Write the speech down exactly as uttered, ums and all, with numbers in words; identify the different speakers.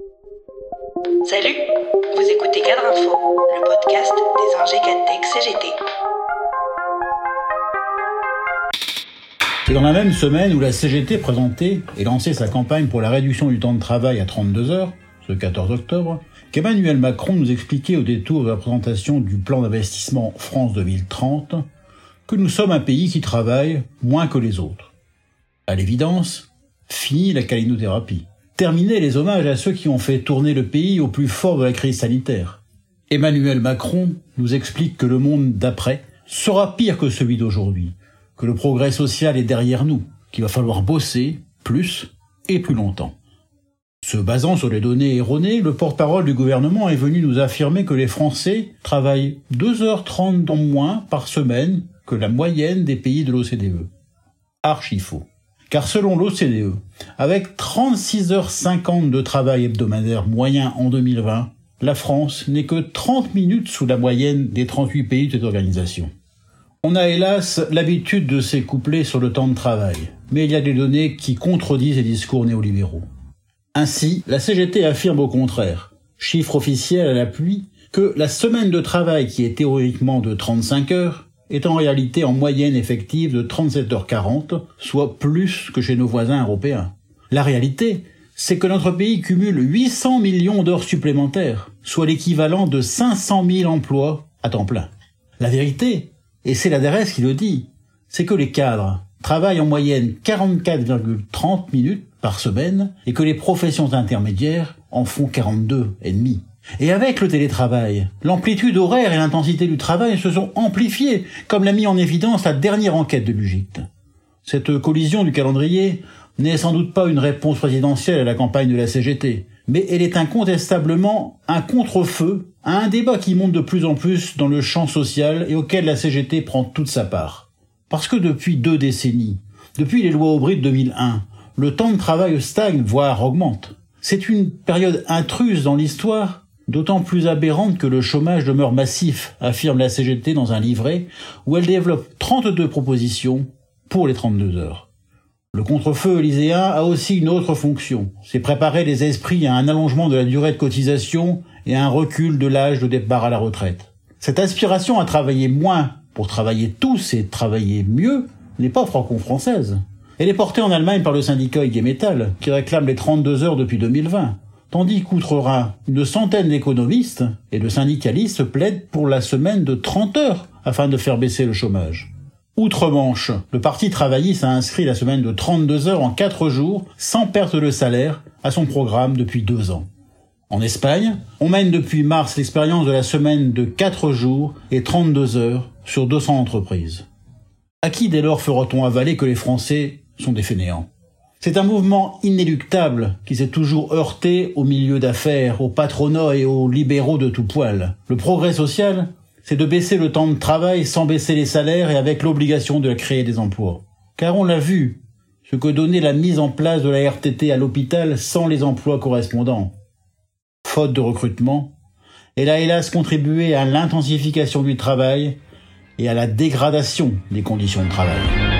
Speaker 1: Salut, vous écoutez Cadre Info, le podcast des ingés Cadtech C G T.
Speaker 2: C'est dans la même semaine où la C G T présentait et lançait sa campagne pour la réduction du temps de travail à trente-deux heures, ce quatorze octobre, qu'Emmanuel Macron nous expliquait au détour de la présentation du plan d'investissement France deux mille trente que nous sommes un pays qui travaille moins que les autres. À l'évidence, fini la calinothérapie. Terminez les hommages à ceux qui ont fait tourner le pays au plus fort de la crise sanitaire. Emmanuel Macron nous explique que le monde d'après sera pire que celui d'aujourd'hui, que le progrès social est derrière nous, qu'il va falloir bosser plus et plus longtemps. Se basant sur les données erronées, le porte-parole du gouvernement est venu nous affirmer que les Français travaillent deux heures trente en moins par semaine que la moyenne des pays de l'O C D E. Archi faux. Car selon l'O C D E, avec trente-six heures cinquante de travail hebdomadaire moyen en deux mille vingt, la France n'est que trente minutes sous la moyenne des trente-huit pays de cette organisation. On a hélas l'habitude de s'écoupler sur le temps de travail, mais il y a des données qui contredisent les discours néolibéraux. Ainsi, la C G T affirme au contraire, chiffre officiel à l'appui, que la semaine de travail qui est théoriquement de trente-cinq heures est en réalité en moyenne effective de trente-sept heures quarante, soit plus que chez nos voisins européens. La réalité, c'est que notre pays cumule huit cents millions d'heures supplémentaires, soit l'équivalent de cinq cent mille emplois à temps plein. La vérité, et c'est la D R E S qui le dit, c'est que les cadres travaillent en moyenne quarante-quatre virgule trente minutes par semaine et que les professions intermédiaires en font quarante-deux virgule cinq. Et avec le télétravail, l'amplitude horaire et l'intensité du travail se sont amplifiées, comme l'a mis en évidence la dernière enquête de l'U G I C T. Cette collision du calendrier n'est sans doute pas une réponse présidentielle à la campagne de la C G T, mais elle est incontestablement un contre-feu à un débat qui monte de plus en plus dans le champ social et auquel la C G T prend toute sa part. Parce que depuis deux décennies, depuis les lois Aubry de deux mille un, le temps de travail stagne, voire augmente. C'est une période intruse dans l'histoire, d'autant plus aberrante que le chômage demeure massif, affirme la C G T dans un livret où elle développe trente-deux propositions pour les trente-deux heures. Le contre-feu élyséen a aussi une autre fonction, c'est préparer les esprits à un allongement de la durée de cotisation et à un recul de l'âge de départ à la retraite. Cette aspiration à travailler moins pour travailler tous et travailler mieux n'est pas franco-française. Elle est portée en Allemagne par le syndicat I G Metall, qui réclame les trente-deux heures depuis deux mille vingt. Tandis qu'outre-Rhin, une centaine d'économistes et de syndicalistes plaident pour la semaine de trente heures afin de faire baisser le chômage. Outre-Manche, le parti travailliste a inscrit la semaine de trente-deux heures en quatre jours sans perte de salaire à son programme depuis deux ans. En Espagne, on mène depuis mars l'expérience de la semaine de quatre jours et trente-deux heures sur deux cents entreprises. À qui dès lors fera-t-on avaler que les Français sont des fainéants ? C'est un mouvement inéluctable qui s'est toujours heurté au milieu d'affaires, au patronat et aux libéraux de tout poil. Le progrès social, c'est de baisser le temps de travail sans baisser les salaires et avec l'obligation de créer des emplois. Car on l'a vu, ce que donnait la mise en place de la R T T à l'hôpital sans les emplois correspondants. Faute de recrutement, elle a hélas contribué à l'intensification du travail et à la dégradation des conditions de travail.